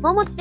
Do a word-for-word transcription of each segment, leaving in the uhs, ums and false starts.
ももちです。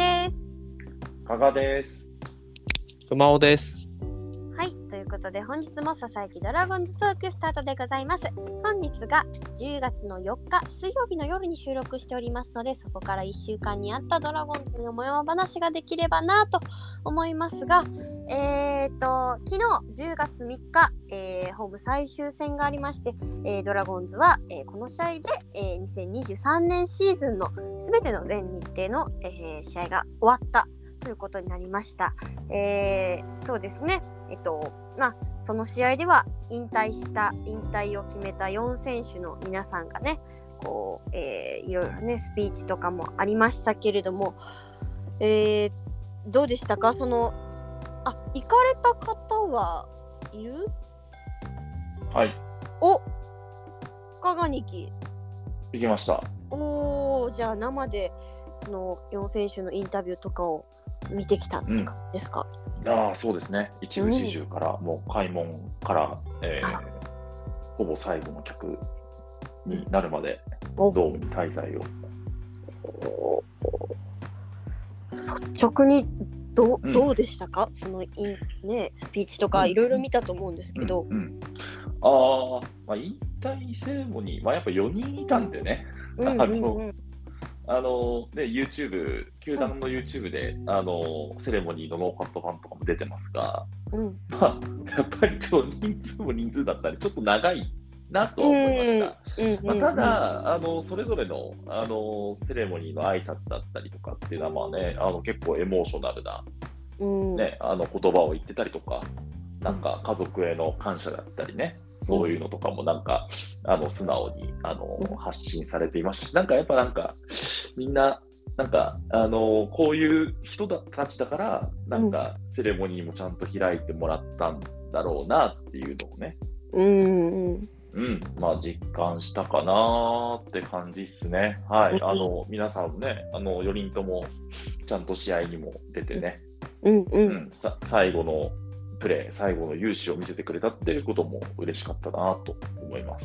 加賀です。 熊尾です。 はい、ということで本日もささやきドラゴンズトークスタートでございます。本日がじゅうがつのよっか水曜日の夜に収録しておりますので、そこからいっしゅうかんにあったドラゴンズのもやも話ができればなと思いますが、えーと昨日じゅうがつみっか、えー、ホーム最終戦がありまして、えー、ドラゴンズは、えー、この試合で、えー、にせんにじゅうさんねんシーズンのすべての全日程の、えー、試合が終わったということになりました。えー、そうですね。えっとまあその試合では引退した引退を決めたよんせんしゅの皆さんがね、こう、えー、いろいろねスピーチとかもありましたけれども、えー、どうでしたか？そのあ行かれた方はいる？ はい。 お、加賀にき行きました。 おー、じゃあ生でそのよんせんしゅのインタビューとかを見てきたって感じですか？ うん、ああ、そうですね。一部始終から、うん、もう開門から、えー、ほぼ最後の曲になるまでドームに滞在を。 率直にど, どうでしたか？うん、そのイン、ね、スピーチとかいろいろ見たと思うんですけど、 うんうんうん、あ、まあ、引退セレモニー、まあ、やっぱよにんいたんでね、うんうんうん、あのあのね、YouTube、球団の YouTube で、うん、あのセレモニーのノーカットファンとかも出てますが、うん、まあ、やっぱりちょっと人数も人数だったり、ちょっと長いなとは思いました。うんうんうんまあ、ただあの、それぞれの、あのセレモニーの挨拶だったりとかっていうのは、まあね、あの結構エモーショナルな、うんね、あの言葉を言ってたりとか、なんか家族への感謝だったりね、そういうのとかもなんか、あの素直にあの発信されていましたし、なんかやっぱなんかみんななんかあのこういう人たちだからなんかセレモニーもちゃんと開いてもらったんだろうなっていうのをね、うんうんうん、まあ実感したかなって感じっすね。はい、あの皆さんね、あのよにんともちゃんと試合にも出てね、うんうんうん、さ最後のプレー、最後の勇姿を見せてくれたっていうことも嬉しかったなと思います。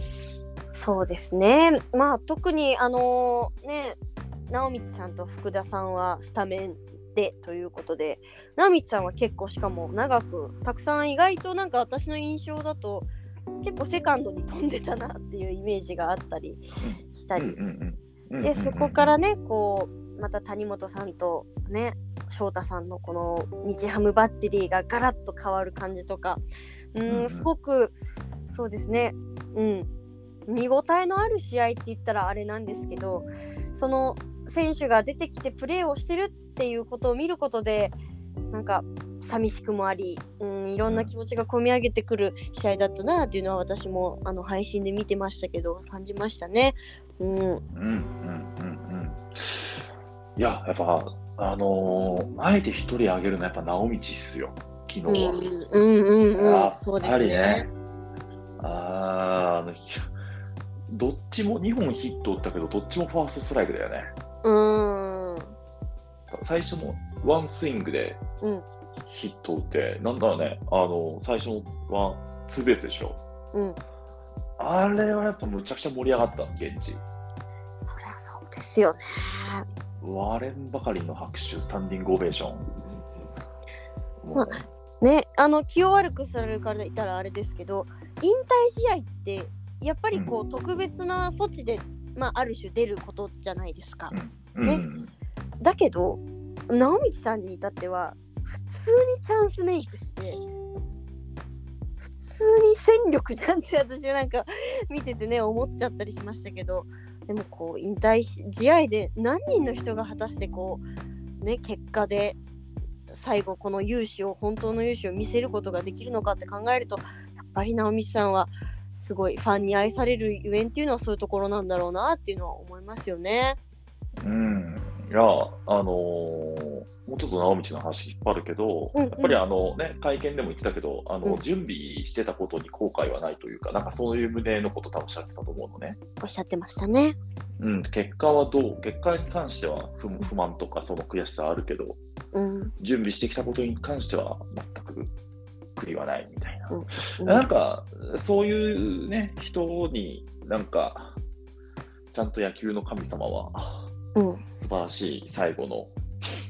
そうですね。まあ特にあのー、ね、直道さんと福田さんはスタメンでということで、直道さんは結構しかも長くたくさん意外となんか私の印象だと結構セカンドに飛んでたなっていうイメージがあったりしたり、でそこからねこうまた谷本さんとね翔太さんのこの日ハムバッテリーがガラッと変わる感じとか、うーんすごくそうですね、うん見応えのある試合って言ったらあれなんですけど、その選手が出てきてプレーをしてるっていうことを見ることでなんか寂しくもあり、うん、いろんな気持ちが込み上げてくる試合だったなっていうのは私もあの配信で見てましたけど感じましたね。うんうんうんうんうんいややっぱあのー、あえて一人挙げるのはやっぱ直道っすよ昨日は。うんうんうんうんそうですね。やっぱりねあのどっちもにほんヒット打ったけどどっちもファーストストライクだよね。うーん最初のワンスイングでヒット打って、うん、なんだろうね、あの最初のワンツーベースでしょ、うん、あれはやっぱむちゃくちゃ盛り上がった現地。 そりゃそうですよね。 割れんばかりの拍手、スタンディングオベーション、 まあね、あの気を悪くされるからいたらあれですけど、引退試合ってやっぱりこう、うん、特別な措置で、まあ、ある種出ることじゃないですか、うんねうん、だけど直道さんに至っては普通にチャンスメイクして普通に戦力じゃんって私はなんか見ててね思っちゃったりしましたけど、でもこう引退試合で何人の人が果たしてこうね結果で最後この勇姿を本当の勇姿を見せることができるのかって考えると、やっぱり直道さんはすごいファンに愛されるゆえんっていうのはそういうところなんだろうなっていうのは思いますよね。 うんいやあのー、もうちょっと直道の話引っ張るけど、うんうん、やっぱりあのね会見でも言ってたけどあの、うん、準備してたことに後悔はないというか、なんかそういう旨のこと多分おっしゃってたと思うのね。 おっしゃってましたね。 うん、結果はどう結果に関しては 不, 不満とかその悔しさはあるけど、うん、準備してきたことに関しては全く悔いはないみたいな、うんうん、なんかそういうね人になんかちゃんと野球の神様は、うん、素晴らしい最後の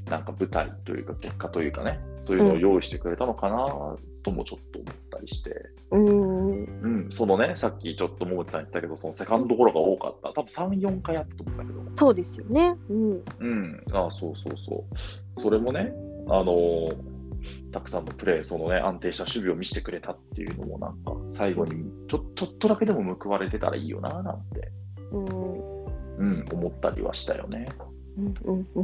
なんか舞台というか結果というかね、そういうのを用意してくれたのかなともちょっと思ったりして、 うん、 うん、そのね、さっきちょっと桃地さん言ってたけど、そのセカンドゴロが多かった。多分さん、よんかいあったと思うんだけど。 そうですよね。うん。 うん、ああ、そうそうそう。それもね、あのーたくさんのプレー、そのね、安定した守備を見せてくれたっていうのも、なんか、最後にちょ、ちょっとだけでも報われてたらいいよな、なんて、 うん、 うん、思ったりはしたよね。 うん、うん、うん。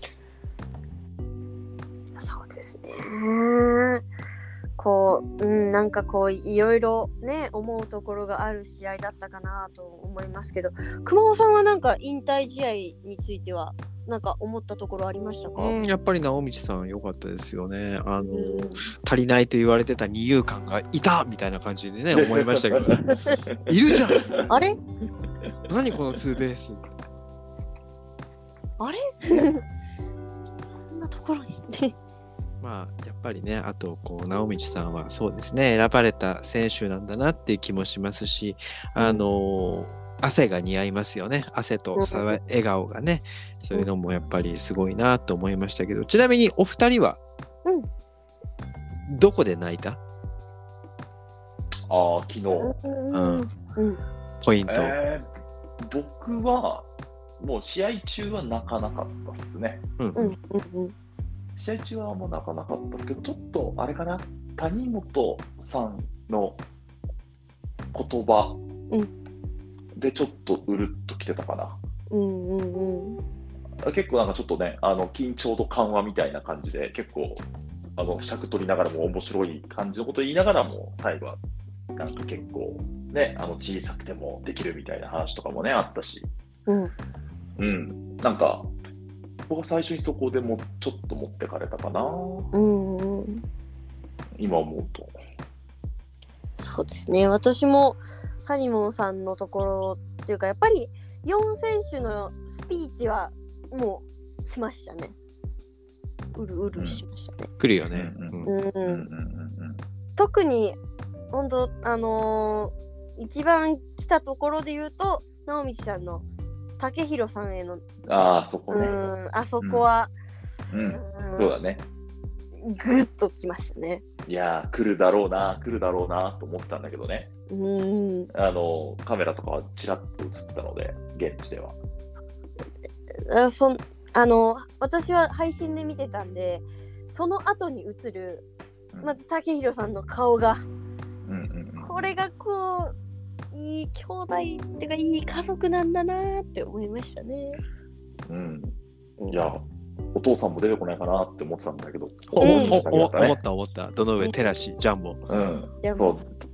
そうですね。こう、うん、なんかこういろいろね思うところがある試合だったかなと思いますけど、熊尾さんはなんか引退試合についてはなんか思ったところありましたか？ うん、やっぱり直道さん良かったですよね。あの、 うん、 足りないと言われてた二遊間がいたみたいな感じでね、思いましたけど、いるじゃん。 あれ何このツーベース。 あれこんなところにね。 まあやっぱりね、あとこう直道さんはそうですね、選ばれた選手なんだなっていう気もしますし、あの汗が似合いますよね。汗とさ笑顔がね、そういうのもやっぱりすごいなと思いましたけど、ちなみにお二人はどこで泣いた？ ああ、昨日。 うんうん、 ポイント、 えー、僕はもう試合中は泣かなかったっすね。 うんうんうんうん、 試合中はもう泣かなかったですけど、ちょっとあれかな、谷本さんの言葉でちょっとうるっときてたかな。 うんうんうん、 結構なんかちょっとね、あの緊張と緩和みたいな感じで、結構あの尺取りながらも面白い感じのことを言いながらも、最後はなんか結構ね、あの小さくてもできるみたいな話とかもねあったし、 うんうん、なんか僕は最初にそこでもちょっと持ってかれたかな、 うんうん、 今思うと。 そうですね。私も谷本さんのところっていうか、やっぱりよん選手のスピーチはもうしましたね。うるうるしましたね。 来るよね。 うんうんうんうんうん特に本当あのー、一番来たところで言うと直道さんの武弘さんへのああそこね、 うんあそこは、 うんうん、 うんそうだね。 グッときましたね。 いやー来るだろうな来るだろうなと思ったんだけどね。 うんあのカメラとかはちらっと映ったので現地では。 あそあの私は配信で見てたんで、その後に映るまず武弘さんの顔が、 うんうんうん、 これがこういい兄弟ってかいい家族なんだなって思いましたね。 うん、いやお父さんも出てこないかなって思ってたんだけど、 うん、おおお思った思った。どの上テラシジャンボ。 うん、そう。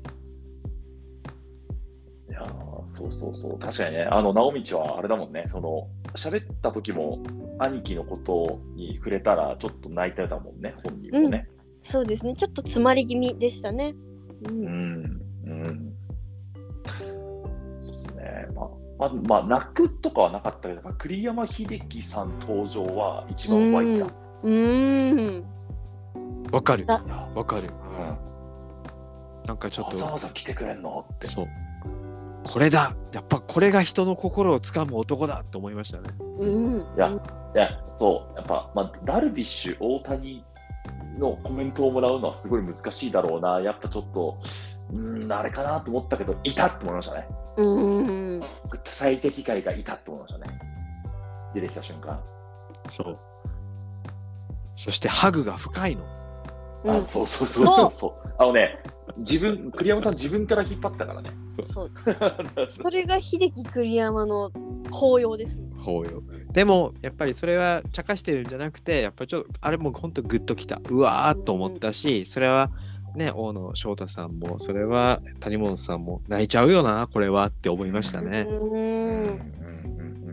いやそうそうそう確かにね、あの直道はあれだもんね、その喋った時も兄貴のことに触れたらちょっと泣いてたもんね、本人もね。 うん、そうですね、ちょっと詰まり気味でしたね。うん、 うんうんそうですね。まあまあ、まあ、泣くとかはなかったけど、栗山英樹さん登場は一番湧いた。 うん。 わかる。わかる。 うん。 なんかちょっと。 わざわざ来てくれんのって。 そう。これだ。やっぱこれが人の心をつかむ男だと思いましたね。 うん。 いや、いや、そう。やっぱ、まあ、ダルビッシュ、大谷のコメントをもらうのはすごい難しいだろうな。やっぱちょっと、うん、あれかなと思ったけど、いたって思いましたね。 うん。 最適解がいたって思いましたね。出てきた瞬間。 そう。そしてハグが深いの。 うん、あ、そうそうそうそうそう。あのね、自分、栗山さん自分から引っ張ってたからね。 そうです。それが秀樹栗山の抱擁です。 抱擁。でもやっぱりそれは茶化してるんじゃなくて、やっぱりちょっとあれも本当グッときた。うわーっと思ったし、うん、それはね、大野翔太さんもそれは谷本さんも泣いちゃうよなこれはって思いましたね。うんうんうんうん。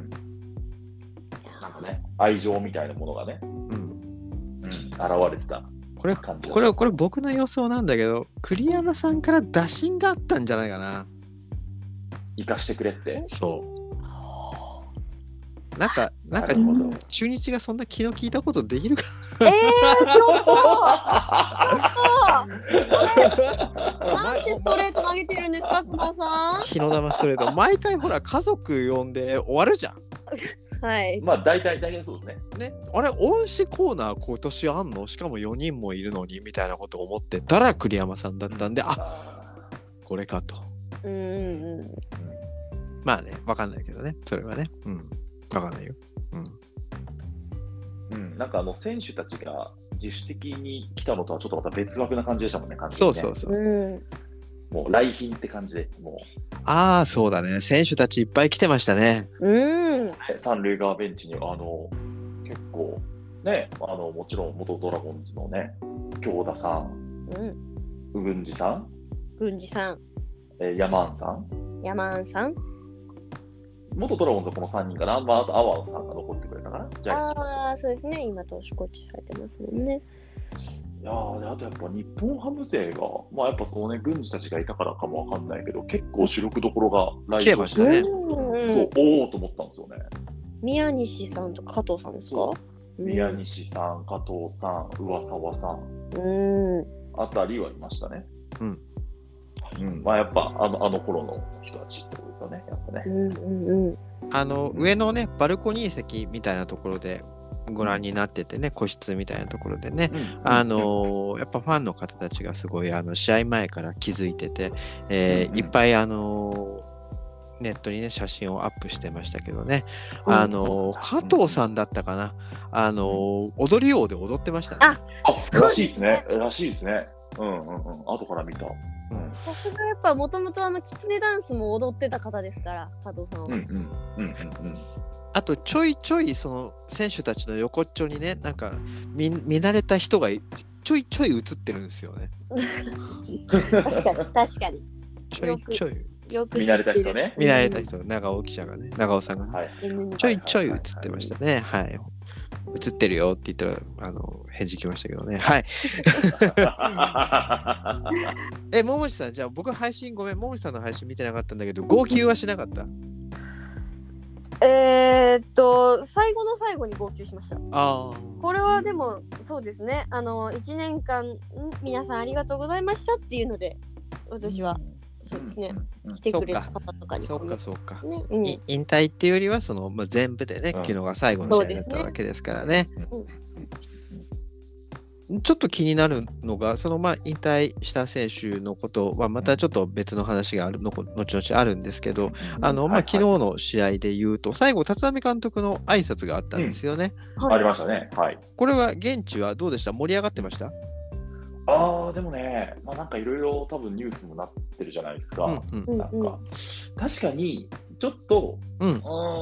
なんかね、愛情みたいなものがね、うん、うん、現れてた。 これこれこれ僕の予想なんだけど、栗山さんから打診があったんじゃないかな。 行かしてくれって。 そう。なんかなんか中日がそんな気の利いたことできるか。 えー、ちょっと。なんでストレート投げてるんですか、久保さん。 日の玉ストレート。毎回ほら家族呼んで終わるじゃん。 はい。 まあ大体大体そうですね。 ね、あれ恩師コーナー今年あんの？しかもよにんもいるのにみたいなことを思ってたら栗山さんだったんで、うん、あこれかと。 うんうんうん。 まあね、わかんないけどね、それはね。うん。わかんないよ。うん。 うん、なんかあの選手たちが自主的に来たのとはちょっとまた別枠な感じでしたもんね、感じでね。 そうそうそう。 うん、 もう来賓って感じで、もう。 ああ、そうだね。選手たちいっぱい来てましたね。 うん。 三塁側ベンチに、あの、結構、ね、あの、もちろん元ドラゴンズのね、京田さん、うん、郡司さん、 郡司さん、 えー、山安さん、 山安さん、 元ドラゴンズはこのさんにんかな、まあ、あと阿波さんが残ってくれたかな。 じゃあ、ああ、そうですね。今、投手コーチされてますもんね。 いやー、あとやっぱ日本ハム勢が、まあやっぱそのね、郡司たちがいたからかもわかんないけど、結構主力どころが来てましたね。 そう、おおと思ったんですよね。 宮西さんと加藤さんですか？ 宮西さん、加藤さん、上沢さん、 うん、 あたりはいましたね。 うん。 うん、まあやっぱあのあの頃の人たちってことですよね、やっぱね。 うんうんうん、 あの上のね、バルコニー席みたいなところでご覧になっててね、個室みたいなところでね、うん、あのー、やっぱファンの方たちがすごいあの試合前から気づいてて、えーうんうん、いっぱいあのー、ネットにね写真をアップしてましたけどね、うん、あのー、加藤さんだったかな、あのー、踊り王で踊ってましたね。 あ、あらしいですね、らしいですね。うんうんうん、後から見た。 さすがやっぱもともとあのキツネダンスも踊ってた方ですから、加藤さんは。うんうんうんうん。 あとちょいちょいその選手たちの横っちょにね、なんか 見, 見慣れた人がちょいちょい映ってるんですよね。 確かに確かに。 ちょいちょい。 よく見慣れた人ね。 見慣れた人、長尾記者がね、長尾さんが、ね、はい、ちょいちょい映ってましたね。はい。はい、映ってるよって言ったらあの返事来ましたけどね。はい。え、桃地さん、じゃあ僕配信ごめん、桃地さんの配信見てなかったんだけど、号泣はしなかった？ えー、っと最後の最後に号泣しました。 あこれはでもそうですね、あのいちねんかん皆さんありがとうございましたっていうので私はそうですね、来てくれた方とかにそうかそうか、 ねうん、 引退っていうよりはその、まあ、全部でね、うん、昨日が最後の試合だったわけですからね。ちょっと気になるのがそのまあ引退した選手のことはまたちょっと別の話があるの後々あるんですけど、あのまあ昨日の試合で言うと最後立浪監督の挨拶があったんですよね。 うん、ありましたね。はい。 これは現地はどうでした？盛り上がってました？ ああでもね、まあなんかいろいろ多分ニュースもなってるじゃないですか。うんうん、なんか確かにちょっと、うん、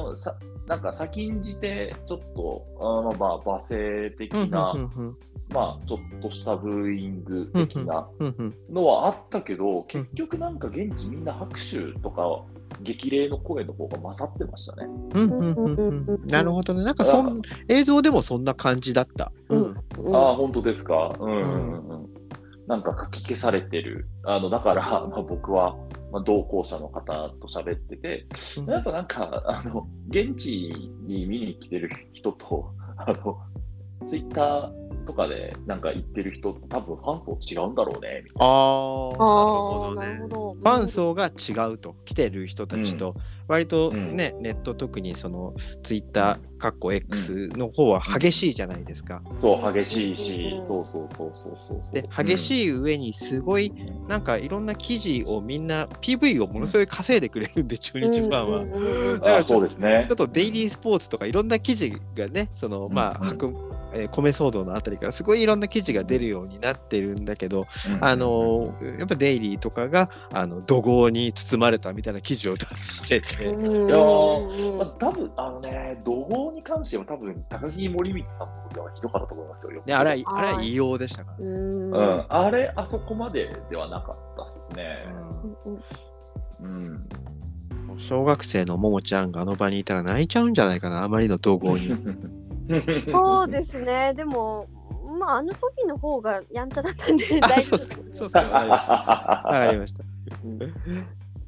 うんさなんか先んじてちょっとあまあ罵声的な。うんうんうんうんまあ、ちょっとしたブーイング的なのはあったけど、結局なんか現地みんな拍手とか激励の声の方が勝ってましたね。 うんうんうんうん、なるほどね。なんかそん映像でもそんな感じだった。 うんうん、ああ、本当ですか。うんうんうん。なんか書き消されてる。あのだから、まあ、僕は、まあ、同行者の方と喋ってて、やっぱなんかあの現地に見に来てる人とあのツイッターとかでなんか言ってる人多分ファン層違うんだろうねみたいな。 ああ、なるほどね。ファン層が違うと来てる人たちと、うん、割とね、うん、ネット特にそのツイッターかっこ X の方は激しいじゃないですか。 うん、そう激しいし、うん、そうそうそうそうそうで激しい上にすごいなんかいろんな記事をみんな ピーブイ をものすごい稼いでくれるんで中日ファンは。うん、 だからそうですね。 ちょっとデイリースポーツとかいろんな記事がねそのまあ白、うんえー、米騒動のあたりからすごいいろんな記事が出るようになってるんだけど、うん、あのー、やっぱデイリーとかがあの怒号に包まれたみたいな記事を出してて、 うん、いやー、まあ、多分あのね怒号に関しては多分高木森光さんの時はひどかったと思いますよ。 ね、あれはあれは異様でしたから、ね、 うん、うん、あれあそこまでではなかったっすね。 うん、うん小学生のももちゃんがあの場にいたら泣いちゃうんじゃないかなあまりの怒号に。 そうですね。でも、まあ、あの時の方がやんちゃだったんで大丈夫です。 そうですか。わかりました。わかりました。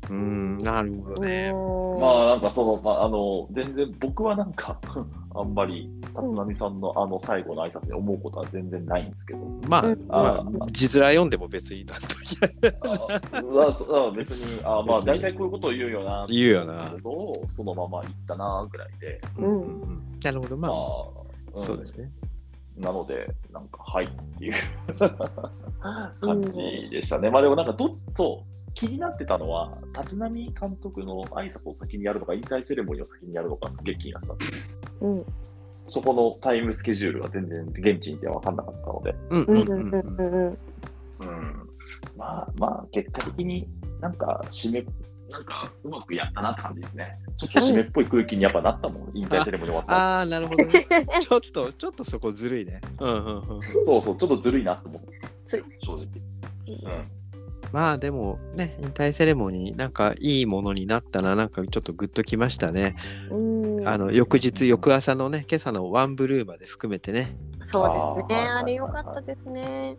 うーん、なるほどね。 まあなんかその、まあ、あの全然僕はなんかあんまり立浪さんのあの最後の挨拶に思うことは全然ないんですけど、 まあ、 うんまああ、 字面読んでも別になんとあまあそあ別にあまあ大体こういうことを言うよなって言うよな。 ことをそのまま言ったなぐらいで、 うんうんうんなるほど、ままあ、 あ、んそうですね。 なので、なんか、はいっていう感じでしたね。まあでもなんかど、そう、気になってたのは、立浪監督の挨拶を先にやるのか、引退セレモニーを先にやるのか、すげえ気になってたんです。 うんそこのタイムスケジュールが全然現地にいて分かんなかったので、 うんうんうんうんうんうんうんうんうん、まあまあ、結果的になんか締め、なんかうまくやったなって感じですね。ちょっと締めっぽい空気にやっぱなったもん、引退セレモニー終わったら。 ああ、なるほどね。ちょっと、ちょっとそこずるいね。うんうんうんうん。 そうそう、ちょっとずるいなと思って、 そう正直。うんまあでもね、引退セレモニー、なんかいいものになったな、なんかちょっとグッときましたね。 うんあの、翌日、翌朝のね、今朝のワンブルーまで含めてね。 そうですね。 あーあれ良かったですね。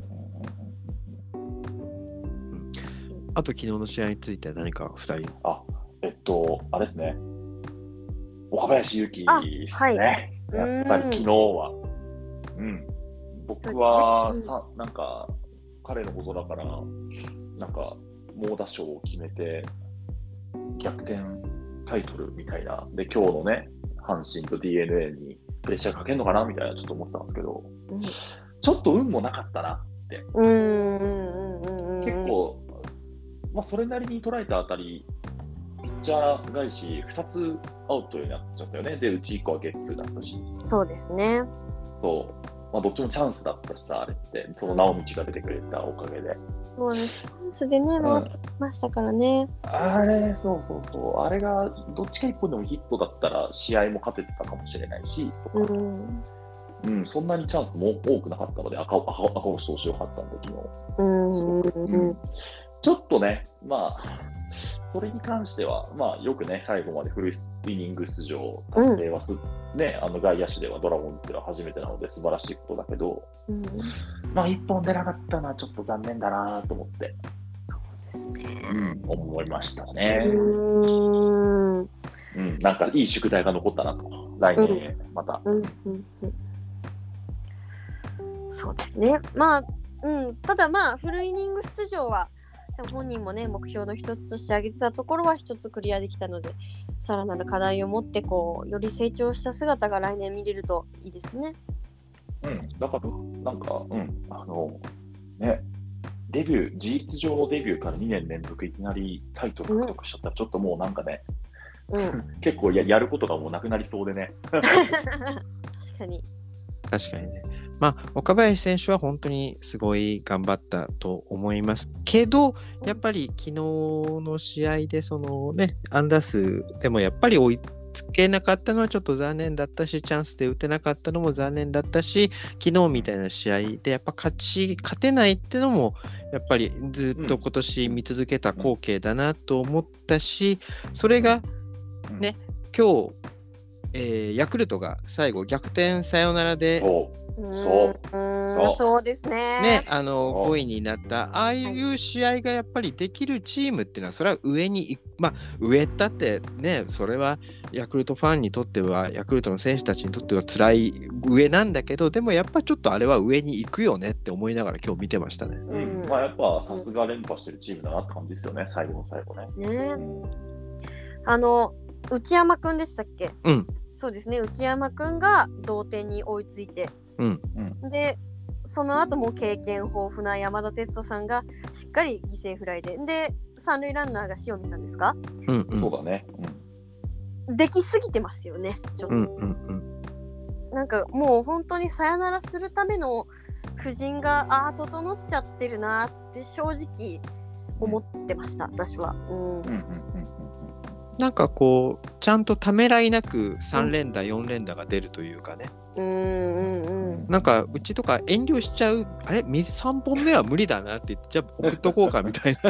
あと昨日の試合について何かふたり。 あ、えっと、あれですね。岡林勇希ですね。 あはいやっぱり昨日は。うん。僕はさ、なんか、彼のことだから、なんか、猛打賞を決めて、逆転タイトルみたいな。で、今日のね、阪神と ディーエヌエー にプレッシャーかけるのかなみたいな、ちょっと思ってたんですけど、 うんちょっと運もなかったなって。 うんうんうんうん。 結構、まあ、それなりに捉えたあたり、ピッチャー返しふたつアウトになっちゃったよね。で、うちいっこはゲッツーだったし。 そうですね。 そう。まあ、どっちもチャンスだったしさ、あれって。その直道が出てくれたおかげで。 そうね。チャンスでね、 うん回ってましたからね。 あれ、そうそうそう。あれが、どっちか一本でもヒットだったら、試合も勝ててたかもしれないし、とかうん。 うん、そんなにチャンスも多くなかったので、赤赤赤星投手よかったんで、昨日。 うんすごくうんうんうんちょっとね、まあ、それに関しては、まあ、よくね、最後までフルイニング出場達成はす、ね、あの外野手ではドラゴンズでは初めてなので素晴らしいことだけど、 うん。 まあ、一本出なかったのはちょっと残念だなと思って、 ですね。 うん、思いましたね。 うん。うんうん、なんかいい宿題が残ったなと、来年また。 うんうん。そうですね。まあ、うん。ただまあ、フルイニング出場は、本人もね、目標の一つとして挙げてたところは一つクリアできたので、さらなる課題を持ってこうより成長した姿が来年見れるといいですね。 うん、だから、なんか、うん、あの、ね、デビュー、事実上のデビューからにねん連続いきなりタイトル獲得しちゃったら、ちょっともうなんかね、 うん。 結構 や, やることがもうなくなりそうでね。 確かに。 確かにね。まあ、岡林選手は本当にすごい頑張ったと思いますけど、やっぱり昨日の試合でそのね、安打数でもやっぱり追いつけなかったのはちょっと残念だったし、チャンスで打てなかったのも残念だったし、昨日みたいな試合でやっぱ勝ち、勝てないってのもやっぱりずっと今年見続けた光景だなと思ったし、それがね、今日、えーヤクルトが最後逆転サヨナラでそううんそううんそうですね。 ね、あのそうごいになったああいう試合がやっぱりできるチームっていうのはそれは上にいまあ上だってねそれはヤクルトファンにとってはヤクルトの選手たちにとっては辛い上なんだけどでもやっぱちょっとあれは上に行くよねって思いながら今日見てましたね。 うんうんまあ、やっぱさすが連覇してるチームだなって感じですよね、最後の最後ね。 ねう、んあの内山くんでしたっけ？ うんそうですね。内山くんが同点に追いついて、 うんでその後も経験豊富な山田哲人さんがしっかり犠牲フライで、で三塁ランナーが塩見さんですか？ うんうんそうだね。 できすぎてますよね。ちょっと、 うんうんうんなんかもう本当にさよならするための布陣があー整っちゃってるなって正直思ってました私は。うんうんうんうんうんなんかこうちゃんとためらいなくさん連打よん連打が出るというかね、 うんうんうんなんかうちとか遠慮しちゃうあれ水さんぼんめは無理だなって言ってじゃあ送っとこうかみたいな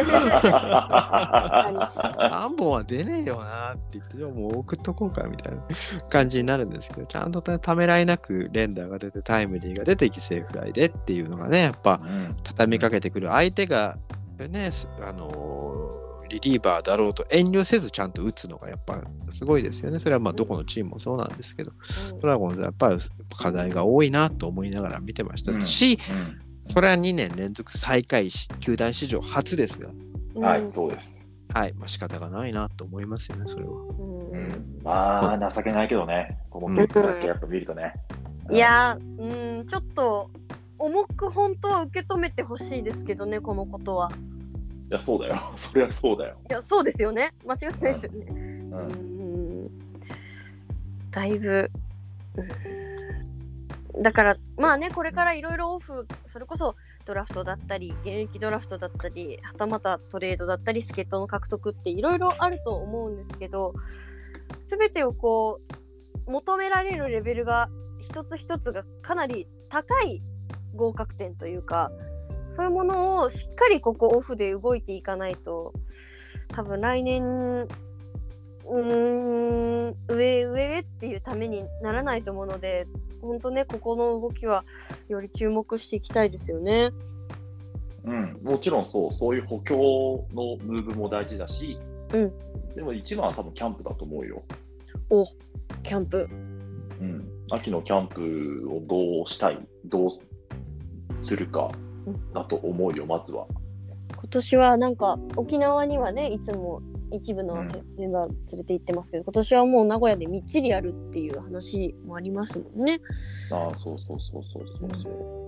さんぼんは出ねえよなって言ってじゃあもう送っとこうかみたいな感じになるんですけどちゃんとたためらいなく連打が出てタイムリーが出て犠牲フライでっていうのがねやっぱうん畳みかけてくる相手がねあのーリリーバーだろうと遠慮せずちゃんと打つのがやっぱすごいですよね。それはまあどこのチームもそうなんですけど、 うんドラゴンズはやっぱり課題が多いなと思いながら見てましたし、 うんそれはにねん連続最下位し球団史上初ですが、 うんはい、そうです。 はい、まあ仕方がないなと思いますよね、それは。 うんうん、まあ、情けないけどね、その結果だけやっぱ見るとね。 いやー、うん、ちょっと重く本当は受け止めてほしいですけどね、このことは。 いや、そうだよ。そりゃそうだよ。 いや、そうですよね。間違ってないですよね。 うんうんだいぶ、うん、だからまあね、これからいろいろオフ、それこそドラフトだったり現役ドラフトだったりはたまたトレードだったり助っ人の獲得っていろいろあると思うんですけど、全てをこう求められるレベルが一つ一つがかなり高い合格点というか、そういうものをしっかりここオフで動いていかないと、多分来年うーん上上っていうためにならないと思うので、本当ね、ここの動きはより注目していきたいですよね。 うん、もちろんそう、そういう補強のムーブも大事だし、 うん、 でも一番は多分キャンプだと思うよ。 お、キャンプ。 うん、秋のキャンプをどうしたい、どうするかだと思うよ、まずは。 今年はなんか沖縄にはね、いつも一部のうんメンバー連れて行ってますけど、今年はもう名古屋でみっちりやるっていう話もありますもんね。 ああ、そうそうそうそうそうそう。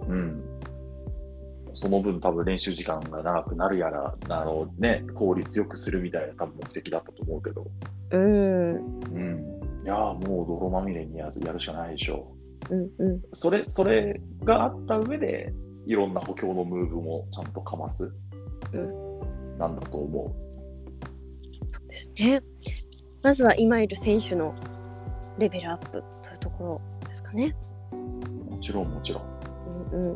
うん。その分多分練習時間が長くなるやら、あのね、効率よくするみたいな多分目的だったと思うけど。 うん、 うん。いやーもう泥まみれにやる、やるしかないでしょうん、うん。 う。それ、それがあった上で、いろんな補強のムーブもちゃんとかます。 うなんだと思う。 そうですね。まずは今いる選手のレベルアップというところですかね。 もちろんもちろん。 うんうん。 うん。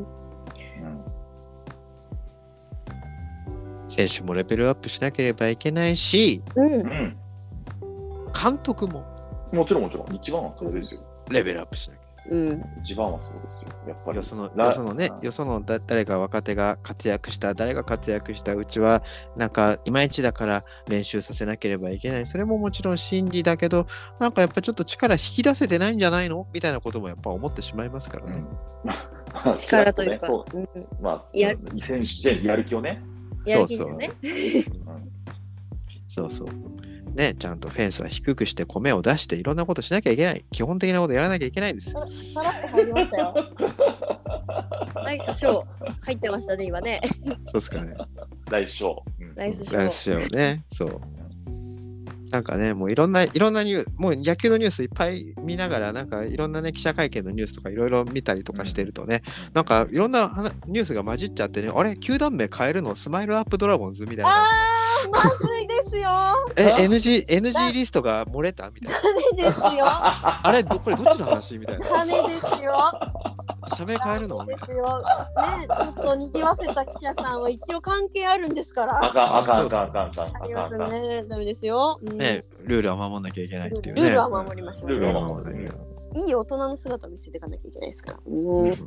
選手もレベルアップしなければいけないし、 うんう、ん。 監督ももちろんもちろん。一番はそれですよ。 レベルアップしなきゃ。 うん、 一番はそうですよ。やっぱり。 よその、 らよそのねう、んよそのだ誰か若手が活躍した、誰が活躍した、うちはなんかいまいちだから練習させなければいけない。それももちろん真理だけど、なんかやっぱちょっと力引き出せてないんじゃないのみたいなこともやっぱ思ってしまいますからね。 うん、 力というか、 そううん、 まあ、 や選手やる気をね。 やる気ですね。 うんそうそう。ね、ちゃんとフェンスは低くして米を出していろんなことしなきゃいけない。基本的なことやらなきゃいけないんです。 さらって入りましたよ。ナイスショー入ってましたね、今ね。 そうですかね。 来週。うんナイスショー。 来週をね、そう。なんかね、もういろんな、いろんなニュース、もう野球のニュースいっぱい見ながら、なんかいろんなね、記者会見のニュースとかいろいろ見たりとかしてるとね、 うんなんかいろんな話ニュースが混じっちゃってね、あれ、球団名変えるのスマイルアップドラゴンズみたいな。 あー、まずいですよ。 え、エヌジー、エヌジー リストが漏れたみたいな。 種ですよ。 あれ、どこれどっちの話みたいな。 種ですよ。 社名変えるのみたいですよ。ね、ちょっとにぎわせた記者さんは一応関係あるんですから。 あかん、あかん、あかん、あかん、あありますかんあかん。 ね。ダメですよ。うんな。ね、ルールは守んなきゃいけないっていうね。 ルールは守りましょう、ね。 ルールは守るね。 いい大人の姿を見せていかなきゃいけないですから。うんうんうん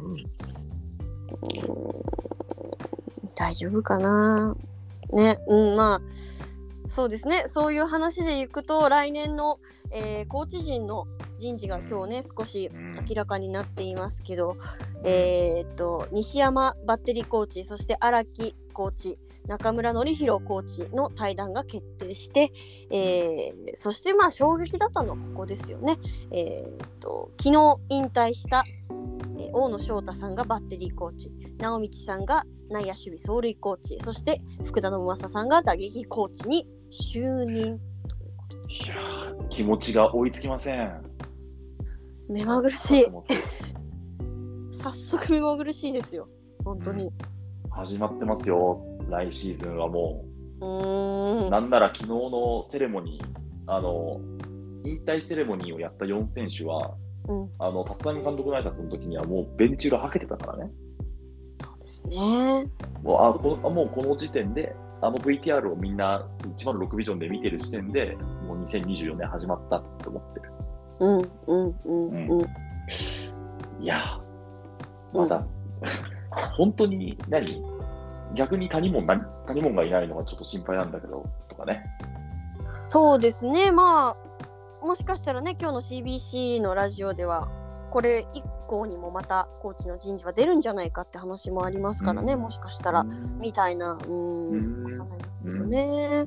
大丈夫かな。ね、うん、まあそうですね。そういう話でいくと来年の、えー、コーチ陣の人事が今日ね少し明らかになっていますけど、えー、っと西山バッテリーコーチ、そして荒木コーチ、中村紀弘コーチの対談が決定して、えー、そしてまあ衝撃だったのはここですよね。えー、っと昨日引退した、えー、大野翔太さんがバッテリーコーチ、直道さんが内野守備走塁コーチ、そして福田信正さんが打撃コーチに就任ということで、 いやー、気持ちが追いつきません。 目まぐるしい。早速目まぐるしいですよ。本当に。 始まってますよ、来シーズンはもうう。 ーん。 なんなら昨日のセレモニー、あの、引退セレモニーをやったよん選手は、 うん、 あの、立浪監督の挨拶の時にはもうベンチ裏はけてたからね。 そうですね。 もうあこのもうこの時点で、あの ブイティーアール をみんないちまるろくビジョンで見てる時点で、もうにせんにじゅうよねん始まったって思ってる。 うんうんうんうん。 いや、まだ、本当に何逆に谷門な谷門がいないのがちょっと心配なんだけどとかね。 そうですね、まあもしかしたらね、今日の シービーシー のラジオではこれ以降にもまたコーチの人事は出るんじゃないかって話もありますからね、 うんもしかしたらみたいな、うーん、わかんないですけどね。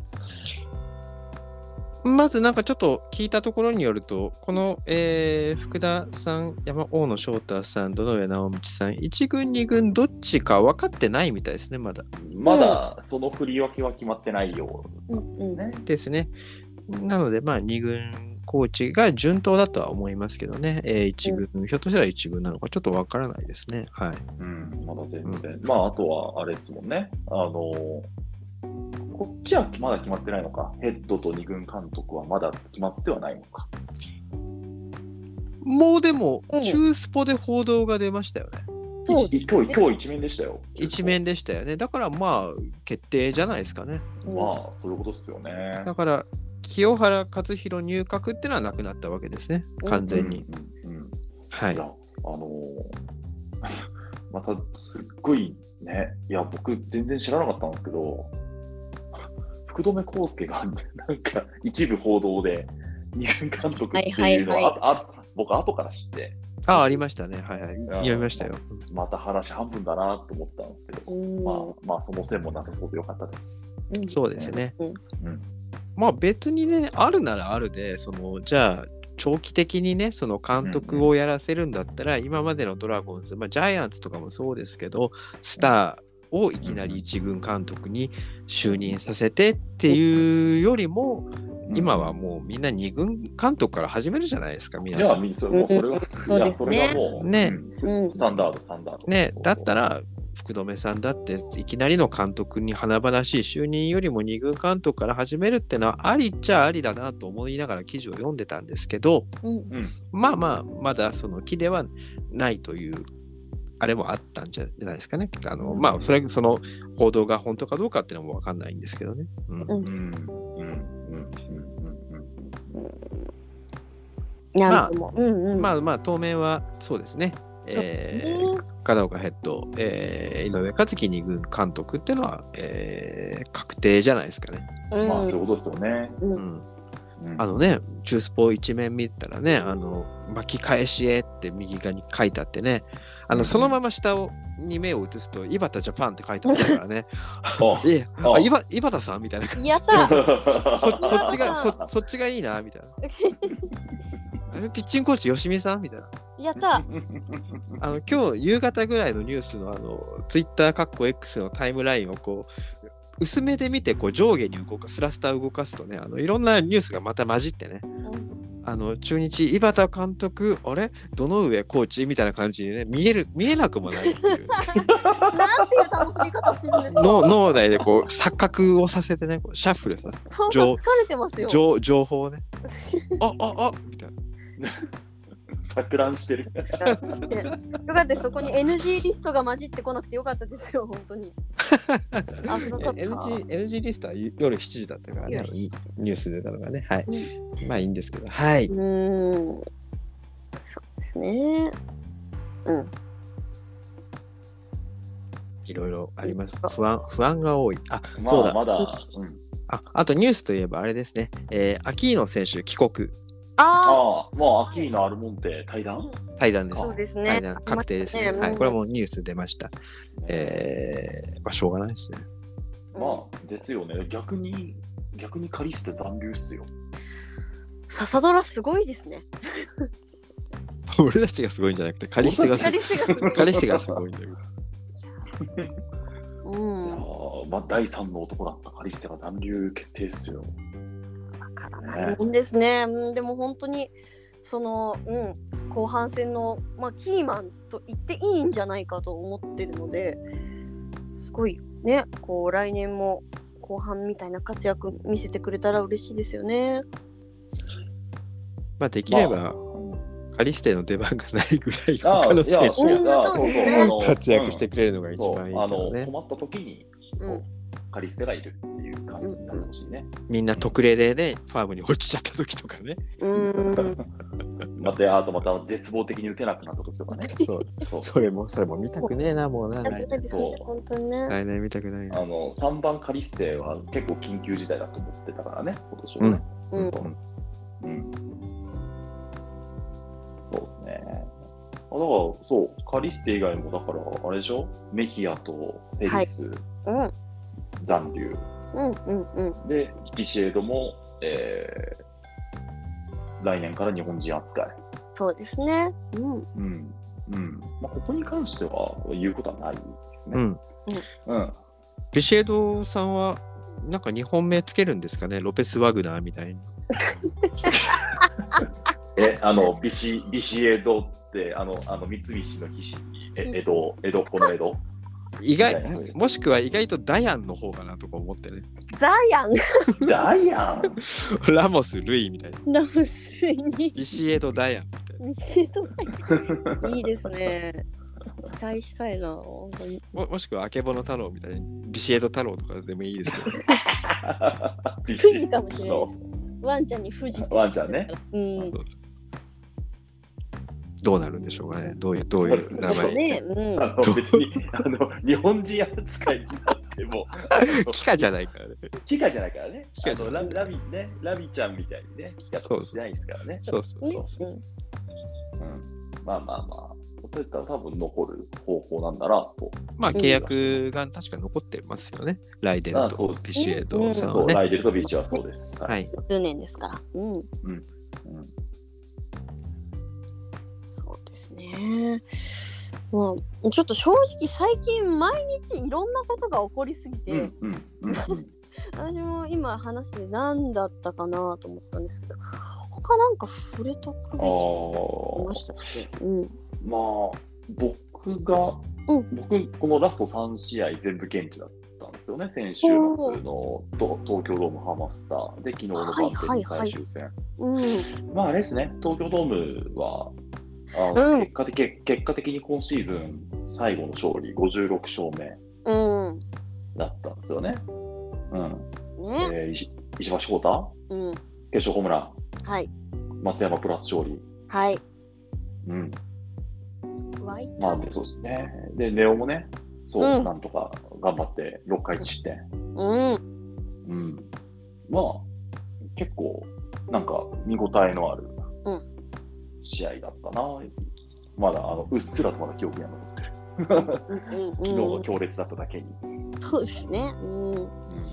まずなんかちょっと聞いたところによると、この、えー福田さん、山大野翔太さん、堂上直道さん、いち軍、に軍どっちか分かってないみたいですね、まだ。 まだその振り分けは決まってないようなんですね。 ですね。なので、まあ、に軍コーチが順当だとは思いますけどね、えー、いち軍、うん、ひょっとしたらいち軍なのかちょっと分からないですね。はい。 うん、まだ全然。うん、まあ、あとはあれですもんね。あのーこっちはまだ決まってないのか。ヘッドとに軍監督はまだ決まってはないのか。 もうでも、 うん、 中スポで報道が出ましたよね。 そうですね、 今日、今日一面でしたよ。 一面でしたよね。だからまあ、決定じゃないですかね。 うん、まあ、そういうことですよね。 だから、清原和弘入閣ってのはなくなったわけですね。完全に。 うんうんうん、 はい。 いや、あのー、またすっごいね、いや、僕全然知らなかったんですけど、福留孝介がなんか一部報道で二軍監督っていうのは、はいはいはい、ああ僕後から知って、 ああ、ありましたね。はいはい。読みましたよ。 また話半分だなと思ったんですけど、まあまあその線もなさそうでよかったです。 うん、そうですね。 うん、 まあ別にね、あるならあるで、そのじゃあ長期的にね、その監督をやらせるんだったら、うんうん、今までのドラゴンズ、まあジャイアンツとかもそうですけど、スターをいきなり一軍監督に就任させてっていうよりも、今はもうみんな二軍監督から始めるじゃないですか、皆さん。 いや、それもそれが普通、いや、それがもう、 ね、 うん、スタンダード、スタンダード。 ね、だったら、福留さんだっていきなりの監督に華々しい就任よりも二軍監督から始めるってのはありっちゃありだなと思いながら記事を読んでたんですけど、 うん、 まあまあ、まだその気ではないという。あれもあったんじゃないですかね。あの、うん、まあ、それ、その報道が本当かどうかっていうのも分かんないんですけどね。うん。うん。うん。うん。 うん。なんとも。 まあまあ、当面はそうですね。えー、片岡ヘッド、えー、井上和樹二軍監督っていうのは、えー、確定じゃないですかね。 うん、まあ、そういうことですよね。 うん。あのね、中スポ一面見たらね、あの巻き返しへって右側に書いてあってね、あの、うん、そのまま下をに目を移すと、井端ジャパンって書いてあったからね、えあ、井端さんみたいな感じ。 やったそ, そっちがそ、そっちがいいなみたいな。ピッチングコーチ、吉見さんみたいな。 やったあの今日夕方ぐらいのニュースのあのツイッターかっこ X のタイムラインをこう薄めで見てこう上下に動かすスラスター動かすとね、あのいろんなニュースがまた混じってね、うん、あの中日井端監督あれどの上コーチみたいな感じでね見える見えなくもないっていうなんていう楽しみ方するんですか。 の脳内でこう錯覚をさせてねこうシャッフルさせて疲れてますよ情情報をねあああみたいな錯乱してるよかった、そこに エヌジー リストが混じってこなくてよかったですよ、本当に。 あ エヌジー, エヌジー リストは夜しちじだったからね、ニュース出たのがね、はい、うん、まあいいんですけど、はい。 うーん、そうですね。うん。 いろいろあります。不安、不安が多い。あ、 まあ、 そうだ。 まだ、うん、 あ、あとニュースといえばあれですね、えー、アキーノ選手帰国。 ああ、もうアキーノアルモンテ対談対談です。 そうですね。 対談確定ですね。はい、これもニュース出ました。えー、まあしょうがないですね。 まあですよね。逆に逆にカリステ残留っすよ。 笹ドラすごいですね。 俺たちがすごいんじゃなくてカリステがすごい。カリステがすごいんだけど。 うん。 いやまあだいさんの男だったカリステが残留決定っすよ。 ないんですね、うん、でも本当にその、うん、後半戦の、まあ、キーマンと言っていいんじゃないかと思ってるのですごいね、こう来年も後半みたいな活躍見せてくれたら嬉しいですよね。 まあできれば、まあ、カリステの出番がないぐらい他の選手が活躍してくれるのが一番いいからね。 困った時に、そう、うん、カリステがいるっていう感じになるかもしれないね。 みんな特例でね、ファームに落ちちゃった時とかね。 うんまた、あとまた絶望的に打てなくなった時とかね。 そうそうそれもそれも見たくねえな、もうな、来年。 そう本当にね。 来年見たくないな。 あのさんばんカリステは結構緊急事態だと思ってたからね、今年はね。 うんそううん、そうですね。あだからそう、カリステ以外もだからあれでしょ、メヒアとペリス、 うん残留うんうんうん。 でビシエドも、えー、来年から日本人扱い。 そうですね。うんうんうんまあ、ここに関しては言うことはないですね。 うん。 うんビシエドさんはなんか日本名つけるんですかね、ロペス・ワグナーみたいに。 え、あのビシビシエドってあのあの三菱の菱にえ江戸江戸っ子の江戸。 意外もしくは意外とダヤンの方かなとか思ってね。 ザヤン。 ダイアン。 ラモス・ルイみたいな。 ラムスに。 ビシエド・ダヤンみたいな。 ビシエドダイヤン。いいですね。期待したいな。本当に。 も, もしくはあけぼの太郎みたいにビシエド太郎とかでもいいですけど。 ビ富士かもしれないです。ワンちゃんに富士って。 ワンちゃんね。 うん。 そうそうどうなるんでしょうかね。どういうどういう名前。 ね、うん、 あの別にあの日本人扱いになってもキカじゃないからね。 キカじゃないからね。 キカあのララビね、ラビちゃんみたいにね、キカとかしないですからね。 そうそうそうそうそう。うん、まあまあまあ、そういったら多分残る方法なんだなと。 まあ契約が確か残ってますよね。ライデルとビシエドさんそう、 はね。 ライデルとビシエドはそうです。 はい。 数年ですから。うん。うん。 うんそうですね。もうちょっと正直最近毎日いろんなことが起こりすぎて、 うんうんうんうん、 私も今話して何だったかなと思ったんですけど、他なんか触れとくべきいましたっけ？うん。 まあ僕が、うん、僕このラストさん試合全部現地だったんですよね。先週末の東京ドームハマスターで昨日のバンテリン最終戦。 うん、まああれですね。東京ドームはあの、うん、結果的結果的に今シーズン最後の勝利ごじゅうろく勝目だったんですよね。うん。ねえー、石橋浩太、うん、決勝ホームラン、 はい、 松山プラス勝利。 はい。 うん。まあでそうですね。でネオもね、そう、うん、なんとか頑張ってろっかいいち失点。うん。うん。まあ結構なんか見応えのある。うん試合だったな。まだあのうっすらとまだ記憶には残ってる。うんうん、昨日の強烈だっただけに。 そうですね。うんうん、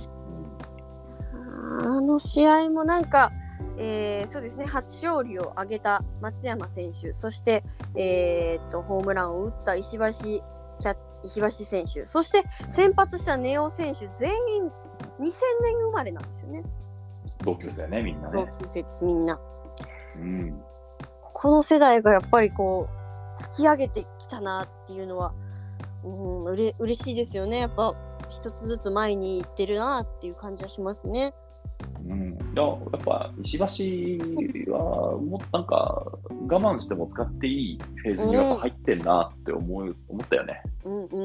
あの試合もなんか、えー、そうですね。初勝利を挙げた松山選手、そして、えー、っとホームランを打った石橋キャ石橋選手、そして先発したネオ選手全員にせんねん生まれなんですよね。 同級生ねみんなね。 同級生ですみんな。 うん。 この世代がやっぱりこう突き上げてきたなっていうのは、うん、うれ嬉しいですよね。やっぱ一つずつ前に行ってるなっていう感じはしますね。 うん、いややっぱ石橋はもうなんか我慢しても使っていいフェーズにやっぱ入ってんなって思う、うん、思ったよね。うんうんうんうん。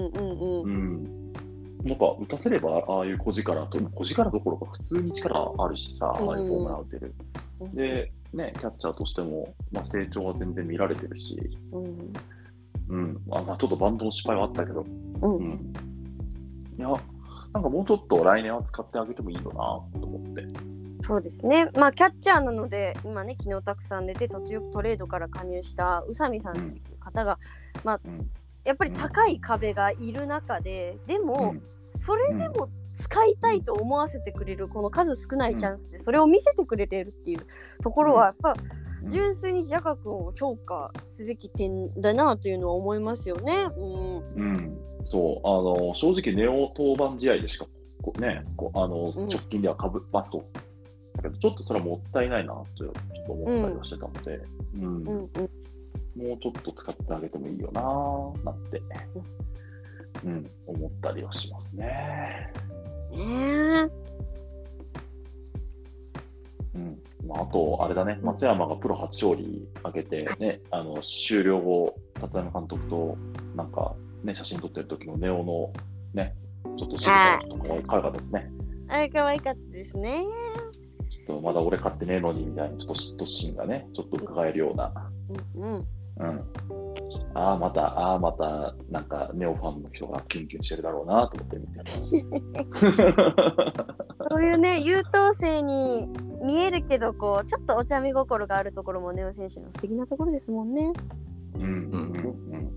うんなんか打たせればああいう小力と小力どころか普通に力あるしさ、ああいうホームラン打てる。うん、でね、キャッチャーとしても、まあ、成長は全然見られてるし、うんうんまあ、まあちょっとバントの失敗はあったけど、うんうん、いやなんかもうちょっと来年は使ってあげてもいいよなと思って。 そうですね、まあ、キャッチャーなので今ね昨日たくさん出て途中トレードから加入した宇佐美さんという方が、うんまあうん、やっぱり高い壁がいる中で、でも、うんそれでも使いたいと思わせてくれるこの数少ないチャンスでそれを見せてくれてるっていうところはやっぱ純粋にジャカ君を評価すべき点だなというのは思いますよね。うん、 うん、そうあの正直ネオ登板試合でしかねこあの直近ではかぶバストだけどちょっとそれはもったいないなとちょっと思ったりはしてたので、うんうんうん、もうちょっと使ってあげてもいいよななんて。うんうん、思ったりはしますね。 えーうんまあ、あと、あれだね、松山がプロ初勝利挙げて、ね、あの終了後、立山監督となんか、ね、写真撮ってる時のネオの、ね、ちょっと静かなちょっと可愛かったですね。 あれ可愛かったですね。 ちょっとまだ俺買ってねえのにみたいな、ちょっと嫉妬心がね、ちょっと伺えるような。 うんうん。 うん。ああ、また、ああ、また、なんか、ネオファンの人がキュンキュンしてるだろうなと思って見てそういうね、優等生に見えるけど、こうちょっとお茶目心があるところもネオ選手の素敵なところですもんね。 うんうんうん。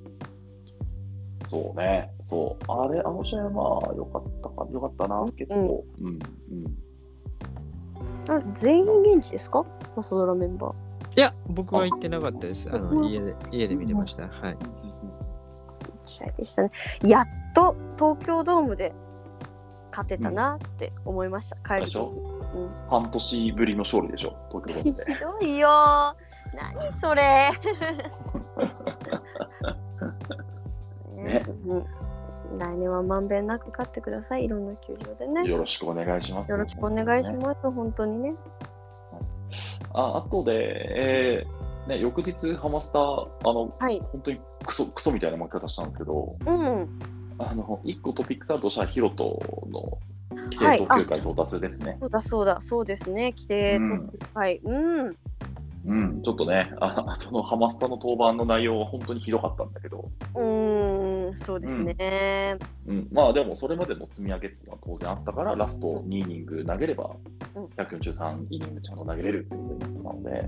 そうね、そう。あれ、あの試合はまあ、よかったか、よかったな、結構。うんうん。 あ、全員現地ですか？サソドラメンバー。 いや、僕は行ってなかったです。あの家で家で見てました。はい。 いい試合でしたね。やっと東京ドームで勝てたなって思いました。帰ると。 うん、半年ぶりの勝利でしょ、東京ドームで。 ひどいよー。何それ。ね、うん。来年はまんべんなく勝ってください。いろんな球場でね。 よろしくお願いします。 よろしくお願いします。ね、本当にね。 あ、あとで、えーね、翌日ハマスタ、あの、 はい、 本当にクソクソみたいな負け方したんですけど、 うん、 あのいっこトピックスアウトしたヒロトの規定投球回到達ですね。 そうだそうだそうですね。規定投球回、うん、 うん、ちょっとね、あそのハマスタの登板の内容は本当にひどかったんだけど、 うーん、そうですね、 うんうん、まあでもそれまでの積み上げっていうのは当然あったから、ラストにイニング投げればひゃくよんじゅうさんイニングちゃんと投げれるっていうことになったので、うんうん、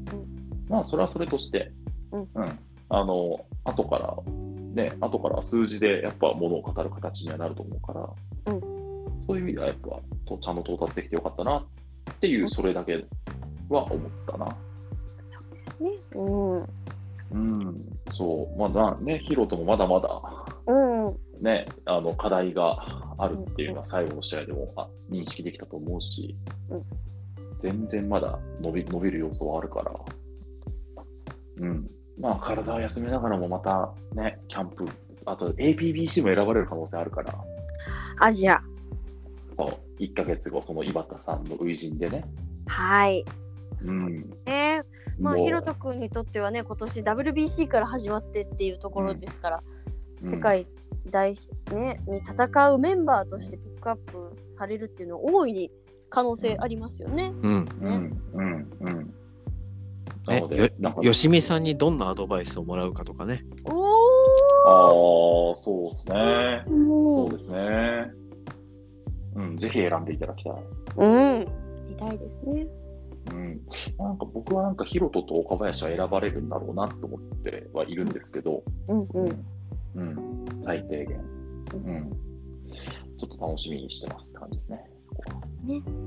まあそれはそれとして、うんうん、あの後からね、後から数字でやっぱものを語る形にはなると思うから、うん、そういう意味ではやっぱとちゃんと到達できてよかったなっていう、それだけは思ったな。 そうですね。うん。 うん、そう、まだね、ヒロトもまだまだ、うん、ね、あの課題があるっていうのは最後の試合でもあ認識できたと思うし、うん、全然まだ伸び、伸びる要素はあるから、うん、まあ体を休めながらもまたね、キャンプ、あと エーピービーシー も選ばれる可能性あるから、 アジア。 そう、いっかげつご、その井端さんの初陣でね。 はい。 うん。 えーまあ、ヒロト君にとってはね、今年 ダブリュービーシー から始まってっていうところですから、うん、世界大、ね、に戦うメンバーとしてピックアップされるっていうのは大いに可能性ありますよね。 うん。 ね。 うんうんうん。 なので、よ、よしみさんにどんなアドバイスをもらうかとかね。 おー。ああ、そうですね。そうですね。うん、ぜひ選んでいただきたい。 うん。見たいですね。 うん、なんか僕はなんかヒロトと岡林は選ばれるんだろうなと思ってはいるんですけど、 うんうんうん、最低限、うん、ちょっと楽しみにしてますって感じですね。そこはね、うん、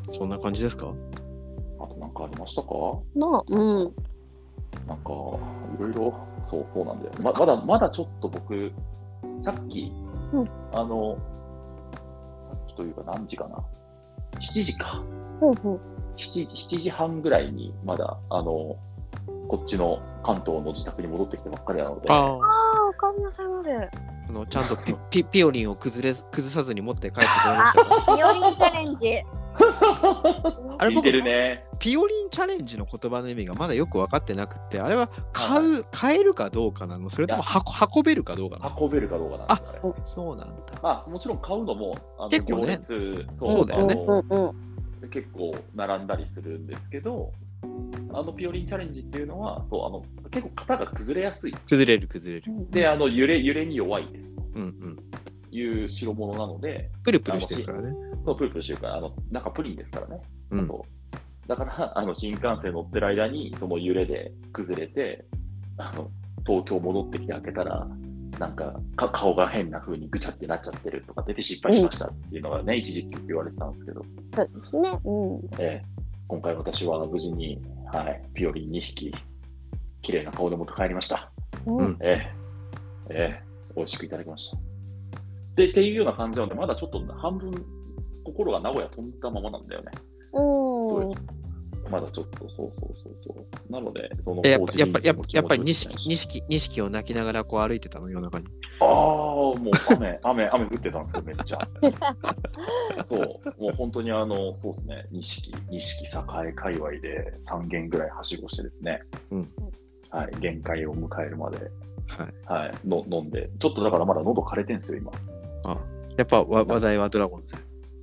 そんな感じですか？ あとなんかありましたか？ な、うん、 なんかいろいろそうそうなんだよ。ま, まだまだちょっと僕さっき、うん、あのというか何時かなしちじか、うんうん、しち, しちじはんぐらいにまだあのこっちの関東の自宅に戻ってきてばっかりなので、 ああおかえりなさいませ。 あのちゃんと ピ, ピ, ピオリンを崩れ崩さずに持って帰ってくれましたか？ ピオリンチャレンジあれ僕、 ね、 ピオリンチャレンジの言葉の意味がまだよく分かってなくて、あれは買う、はい、買えるかどうかなの、それとも運べるかどうかなの？ 運べるかどうかなんです。 あ、そうなんだ。 まあもちろん買うのもあの結構ね、 そう、 そうだよね、 うんうん、結構並んだりするんですけど、あのピオリンチャレンジっていうのはそうあの結構型が崩れやすい。 崩れる崩れる。 で、あの揺れ揺れに弱いです。 うんうん。 いう代物なので、 プルプルしてるからね。 そうプルプルしてるから、あのなんかプリンですからね。 うん、 そうだからあの新幹線乗ってる間にその揺れで崩れて、あの東京戻ってきて開けたらなんかか顔が変な風にぐちゃってなっちゃってるとか出て失敗しましたっていうのがね、うん、一時期言われてたんですけど。 そうですね。うん。 えー、今回私は無事に、はい、ピオリンにひき綺麗な顔で持って帰りました。 うん。 えー、えー、美味しくいただきました。でっていうような感じなので、まだちょっと半分心が名古屋飛んだままなんだよね。 そうです。まだちょっとそうそうそうそう。なのでそのやっぱやっぱやっぱやっぱり錦錦錦を泣きながらこう歩いてたの夜中に。 ああもう雨雨雨降ってたんですよめっちゃ。そうもう本当にあのそうですね錦錦栄界隈でさん軒ぐらいはしごしてですね。 うん。 はい限界を迎えるまではいはいの飲んでちょっとだからまだ喉枯れてんすよ今。 あやっぱ話題はドラゴンズ。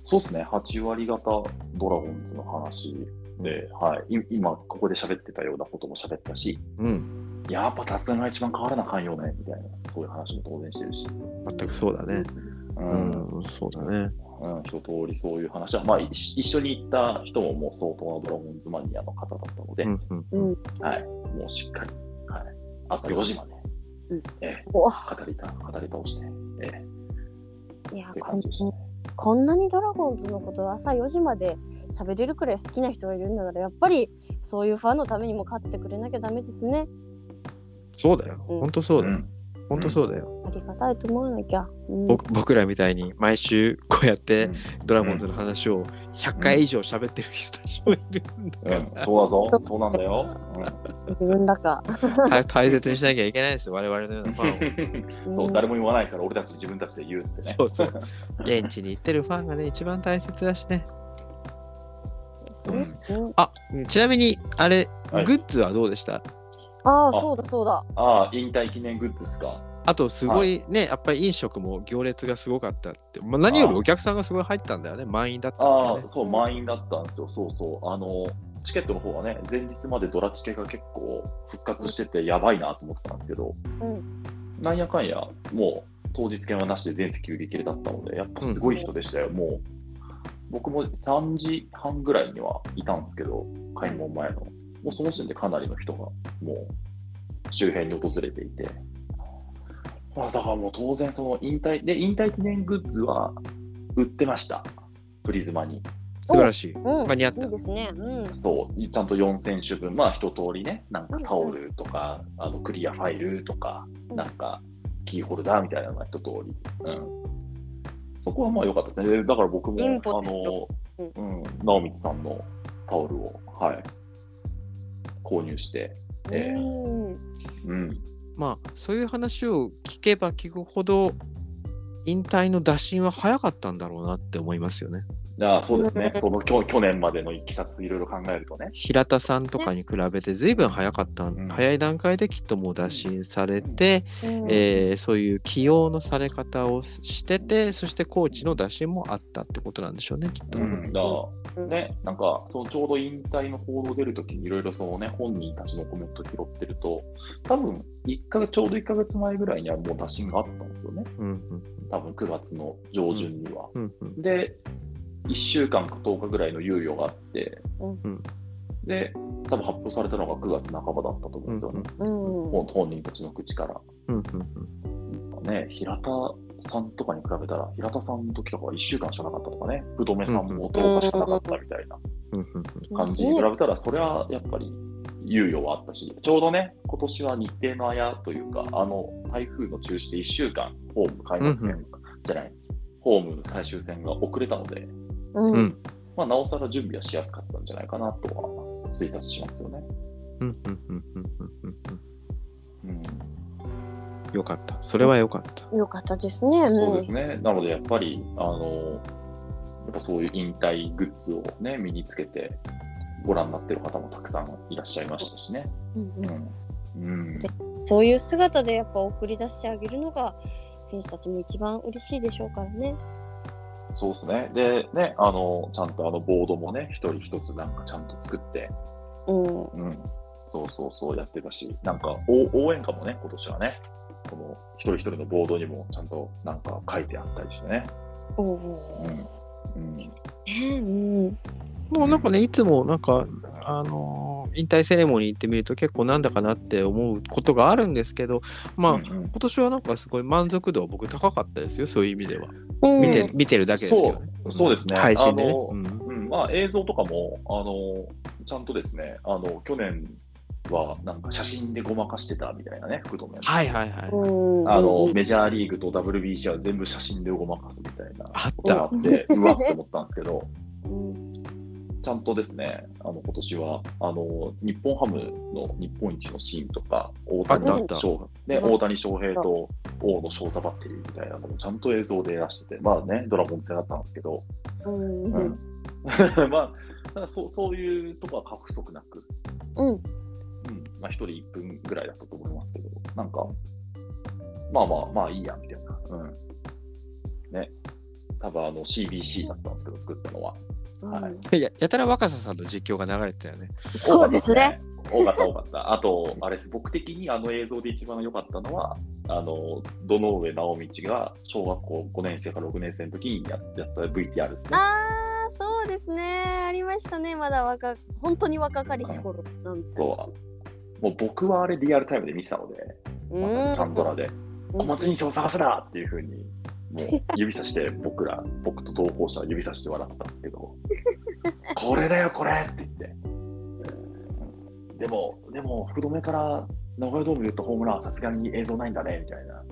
そうですね、はちわりがたドラゴンズの話で、はい、今ここで喋ってたようなことも喋ったし、 うん、 やっぱ達也が一番変わらなあかんよねみたいな、そういう話も当然してるし、 全くそうだね。 ううんん、そうだね。 うん、一通りそういう話は、まあ、い一緒に行った人ももう相当なドラゴンズマニアの方だったので、 うんうんううんん。 はい、もうしっかり、はい、朝よじまで、 うんえーお語りた語り倒して、えいやー、ってこん感じでしたね。 こんなにドラゴンズのことを朝よじまで喋れるくらい好きな人がいるんだからやっぱりそういうファンのためにも勝ってくれなきゃダメですね。 そうだよ。 うん本当そうだよ。 うん本当そうだよ。 ありがたいと思わなきゃ。うん、 僕僕らみたいに毎週こうやってうんドラゴンズの話をひゃっかい以上喋ってる人たちもいるんだから、 うん、そうだぞ、そうなんだよ。 自分だか。 大大切にしなきゃいけないですよ、我々のようなファンを。 うん、そう、誰も言わないから、俺たち自分たちで言うってね。 そうそう。現地に行ってるファンがね、一番大切だしね。 そうですね。 あ、ちなみに、あれ、 はいグッズはどうでした？ ああ、 あそうだそうだ。 ああ、引退記念グッズですか。 あと、すごいね、やっぱり飲食も行列がすごかったって。まあ、何よりお客さんがすごい入ったんだよね。満員だったんだよねああ、。そう、満員だったんですよ。そうそう。あの、チケットの方はね、前日までドラチケが結構復活しててやばいなと思ってたんですけど、 うん。 なんやかんや、もう当日券はなしで全席売り切れだったので、やっぱすごい人でしたよ。もう、僕もさんじはんぐらいにはいたんですけど、開門前の。もうその時点でかなりの人がもう周辺に訪れていて、まあ、だからもう当然その引退で引退記念グッズは売ってました、プリズマに。 素晴らしい。 うん、 間に合ったいいですね。うん。 そうちゃんとよんせんしゅぶん、まあ一通りね、なんかタオルとか、あのクリアファイルとか、 うんなんかキーホルダーみたいなのが一通り、うん、そこはまあ良かったですね。だから僕もインあポですよの、うん、直光さんのタオルを、はい、購入して、えーうん。 うん、 まあ、そういう話を聞けば聞くほど、引退の打診は早かったんだろうなって思いますよね。 ああそうですね、その去去年までのいきさついろいろ考えるとね。 平田さんとかに比べて随分早かった、 ん早い段階できっともう打診されて、 うんえーそういう起用のされ方をしてて、そしてコーチの打診もあったってことなんでしょうね、きっと。 うん、だからね、なんかそのちょうど引退の報道出るときにいろいろそのね、本人たちのコメント拾ってると、多分いっかげつちょうどいっかげつまえぐらいにはもう打診があったんですよね。 うんうん多分くがつの上旬には。 うんうんで、いっしゅうかんかとおかぐらいの猶予があって、 うんで、多分発表されたのがくがつなかばだったと思うんですよね。 うん。 本本人たちの口から。 うんうんね、平田さんとかに比べたら、平田さんの時とかはいっしゅうかんしかなかったとかね、福留さんもとおかしかなかったみたいなうんうんうん感じに比べたら、それはやっぱり猶予はあったし、ちょうどね、今年は日程のあやというか、あの台風の中止でいっしゅうかん、ホーム開幕戦、 うんじゃない、ホームの最終戦が遅れたので、 うん。 ううんん。 まあ、なおさら準備はしやすかったんじゃないかなとは推察しますよね。 うんうんうんうんうんうんうん、 よかった。それはよかった。 よかったですね。うんそうですね。なので、やっぱり、あの、やっぱそういう引退グッズをね、身につけてご覧になってる方もたくさんいらっしゃいましたしね。 うんうんうん。うん、 そういう姿でやっぱ送り出してあげるのが選手たちも一番嬉しいでしょうからね。 そうですね。で、ね、あの、ちゃんとあのボードもね、一人一つなんかちゃんと作って、 うん。 うん。そうそうそうやってたし、なんか応応援歌もね、今年はね、この一人一人のボードにもちゃんとなんか書いてあったりしてね。 おうお。 ん。うん。 ねうん。 もうなんかね、いつもなんか、あのー引退セレモニー行ってみると結構なんだかなって思うことがあるんですけど、まあ、 うんうん今年はなんかすごい満足度は僕高かったですよ、そういう意味では。 うん見て、見てるだけですけどね。 そうそうですね配信でね。 あのうんうん、まあ映像とかも、あの、ちゃんとですね、あの、去年はなんか写真でごまかしてたみたいなね、福留の。 はいはいはい。 うん。 あの、メジャーリーグと ダブリュービーシー は全部写真でごまかすみたいなあっことがあた。 って、うわって思ったんですけど、 うん。 ちゃんとですね、あの今年はあの日本ハムの日本一のシーンとか、大谷あったあった翔ね、大谷翔平と大野翔太バッテリーみたいなのもちゃんと映像で出してて、まあね、ドラゴンズ戦だったんですけど、 うん。 ううんん。 まあ、だからそうそういうとこは過不足なく、 うん。 うんまあ、ひとりいっぷんぐらいだったと思いますけど、なんか、まあまあまあいいやみたいな、うんね、 多分あの シービーシー だったんですけど、作ったのは。はいうんややたら若狭さんの実況が流れてたよね。 そうですね。 多かった多かった。あと、あれです、僕的にあの映像で一番良かったのは、あの、堂上直道が小学校ごねん生かろくねん生の時にややった ブイティーアール ですね。 ああ、そうですね。ありましたね。まだ若、本当に若かりし頃なんですよ。 そう。もう僕はあれリアルタイムで見てたので、まさにサンドラで、小松西を探せだっていう風に、もう指さして僕ら、僕と同行者は指さして笑ってたんですけど、これだよ、これって言って。でも、でも、福留から名古屋ドームで打ったホームランはさすがに映像ないんだね、みたいな。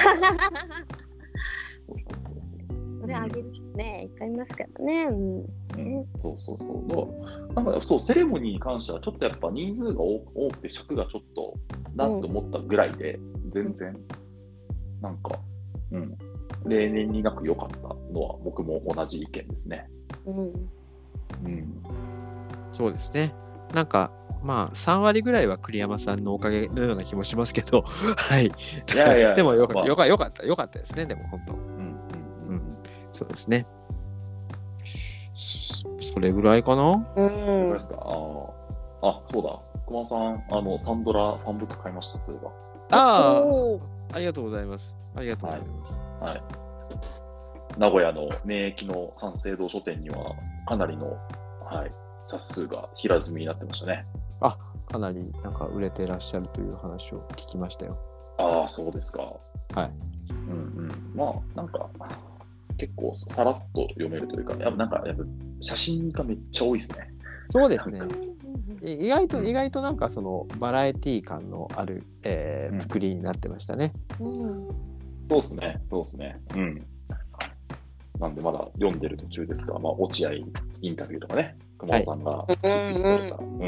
そうそうそうそう。 それあげる人ね、いっぱいいますからね。うん。 うん、そうそうそう。だからなんかそう、セレモニーに関しては、ちょっとやっぱ人数が多多くて尺がちょっとなと思ったぐらいで、うん、全然、なんか、うん、例年になく良かったのは僕も同じ意見ですね。 うん。 うん。 そうですね。なんか、まあ、さん割ぐらいは栗山さんのおかげのような気もしますけど、はい。 いやいやでもよか、 まあ、 よか、よかった、よかったですね、でも本当。 うんうんうん。 そうですね。そ, それぐらいかな。 うん。 どれぐらいですか。ああ、そうだ。熊さん、あの、サンドラファンブック買いました、それが。 ああ、ありがとうございます。ありがとうございます。 はい。はい、名古屋の名駅の三省堂書店には、かなりの、はい、冊数が平積みになってましたね。 あ、かなりなんか売れてらっしゃるという話を聞きましたよ。 ああ、そうですか。 はい。 うんうん。まあ、なんか、結構さらっと読めるというか、やっぱなんか、やっぱ写真がめっちゃ多いですね。 そうですね。意外と、意外となんかそのバラエティー感のある、えー、作りになってましたね。 うん、 そうですね。そうですね。うん。なんでまだ読んでる途中ですが、まあ、落合インタビューとかね、熊尾さんが執筆された、はい、うん、うん、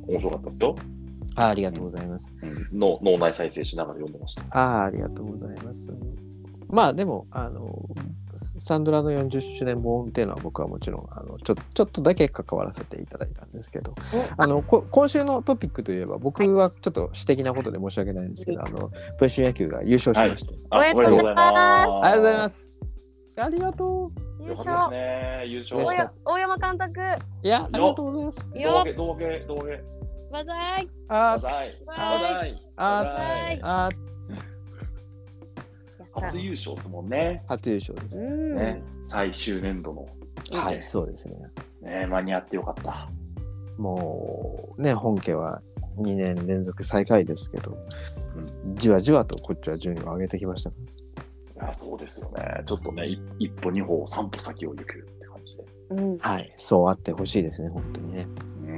面白かったですよ。 あ, ありがとうございます、 うん、の。脳内再生しながら読んでました。 ああ、ありがとうございます。まあでも、あの、サンドラのよんじゅっしゅうねん本っていうのは僕はもちろんあのちょ、ちょっとだけ関わらせていただいたんですけど、あのこ今週のトピックといえば、僕はちょっと私的なことで申し訳ないんですけど、あのプッシュ野球が優勝しまして、 はい、あ、おめでとうございます。 ありがとうございます。ありがとう。 優勝ですね。優勝。 大山監督。 いや、ありがとうございます。 胴上げ、胴上げ、胴上げ。 バザイ。 バザイ。バザイ。 ああ。 初優勝ですもんね。 初優勝です。 ね、最終年度の。 はい、そうですね。 ね、間に合ってよかった。 もうね、本家はにねん連続最下位ですけど、うん、じわじわとこっちは順位を上げてきました。 いや、そうですよね。ちょっとね、一歩二歩三歩先を行くって感じで。 うん、 はい、そうあってほしいですね、本当にね。 うん、うん。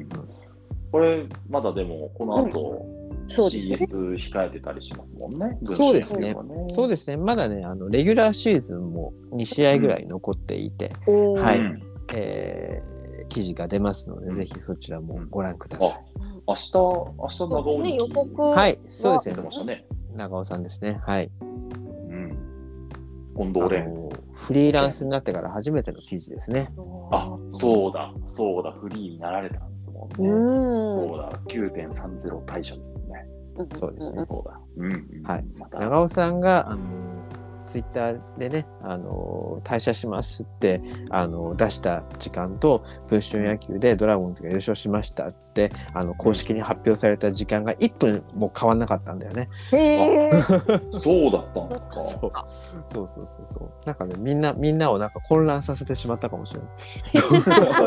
これまだでもこの後、うんシーエス 控えてたりしますもんね。 そうですね。そうですね。まだね、あのレギュラーシーズンもに試合ぐらい残っていて、うん、はい、うん、えー、記事が出ますので、うん、ぜひそちらもご覧ください。あ、 明日、明日長尾に、 ね、予告はい、そうですね。 出ましたね。 長尾さんですね。はい。 うん。近藤蓮。 フリーランスになってから初めての記事ですね。 あ、そうだ、そうだ、フリーになられたんですもんね。うんそうだ、きゅうてんさんぜろ 退社ですね。 そうですね。 そうだ。うん、 はい。ま、長尾さんが、あの、ツイッターでね、あの、退社しますって、あの、出した時間と、プッシュ野球でドラゴンズが優勝しましたって、あの、公式に発表された時間がいっぷんも変わんなかったんだよね。 へー。そうだったんですか。 そうそうそうそうそう。なんかね、みんな、みんなをなんか混乱させてしまったかもしれない。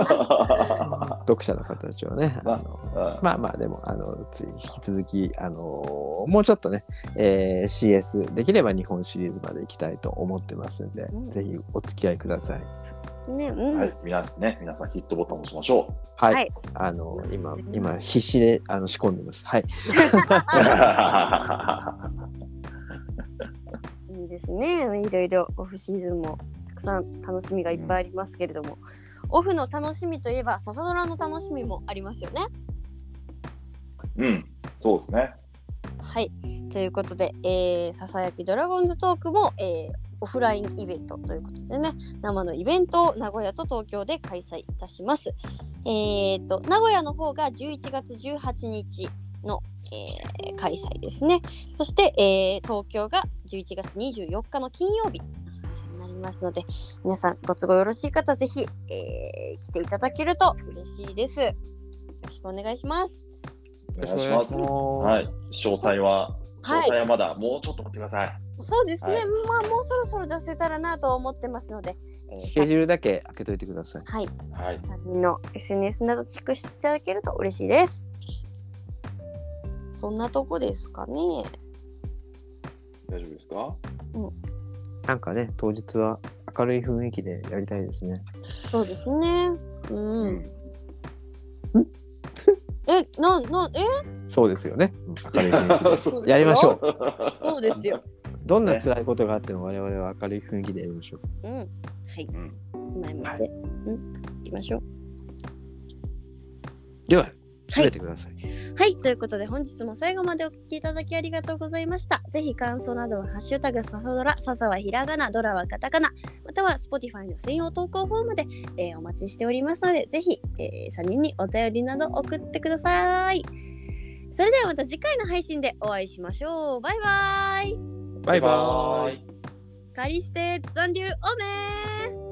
読者の方たちはね。あのあまあまあ、でも、あの、つい引き続き、あの、もうちょっとね、えー、シーエス できれば日本シリーズまで行きたいと思ってますんで、うん、ぜひお付き合いください。 ね、うん、 はい、皆さんね、皆さんヒットボタンを押しましょう。 はい、はい、あの今今必死であの仕込んでます。はい。 いいですね。いろいろオフシーズンもたくさん楽しみがいっぱいありますけれども、うん、オフの楽しみといえば笹ドラの楽しみもありますよね。 うん、そうですね。 はい、ということで、えー、ささやきドラゴンズトークも、えー、オフラインイベントということでね、生のイベントを名古屋と東京で開催いたします。えー、と名古屋の方がじゅういちがつじゅうはちにちの、えー、開催ですね。そして、えー、東京がじゅういちがつにじゅうよっかの金曜日になりりますので、皆さんご都合よろしい方ぜひ、えー、来ていただけると嬉しいです。よろしくお願いします。 お願いします。はい、詳細は詳細はまだもうちょっと待ってください。 そうですね、 はい、 まあもうそろそろ出せたらなと思ってますので、 えー、スケジュールだけ開けといてください。 はい、 はい、 さんにんの エスエヌエス などチェックしていただけると嬉しいです。そんなとこですかね。 大丈夫ですか？ うん。 なんかね、当日は明るい雰囲気でやりたいですね。 そうですね。うん。うん、え、な、な、え？ そうですよね。明るい雰囲気でやりましょう。 そうですよ。 どんな辛いことがあっても我々は明るい雰囲気でやりましょう。 うん。はい。うん、前まで、うん、行きましょう。 では。締めてください。 はい、はい、ということで本日も最後までお聞きいただきありがとうございました。ぜひ感想などはハッシュタグササドラ、ササはひらがな、ドラはカタカナ、または Spotify の専用投稿フォームで、えー、お待ちしておりますので、ぜひ、えー、さんにんにお便りなど送ってください。それではまた次回の配信でお会いしましょう。バイバイ。 バイバイ。 カリステ残留おめー。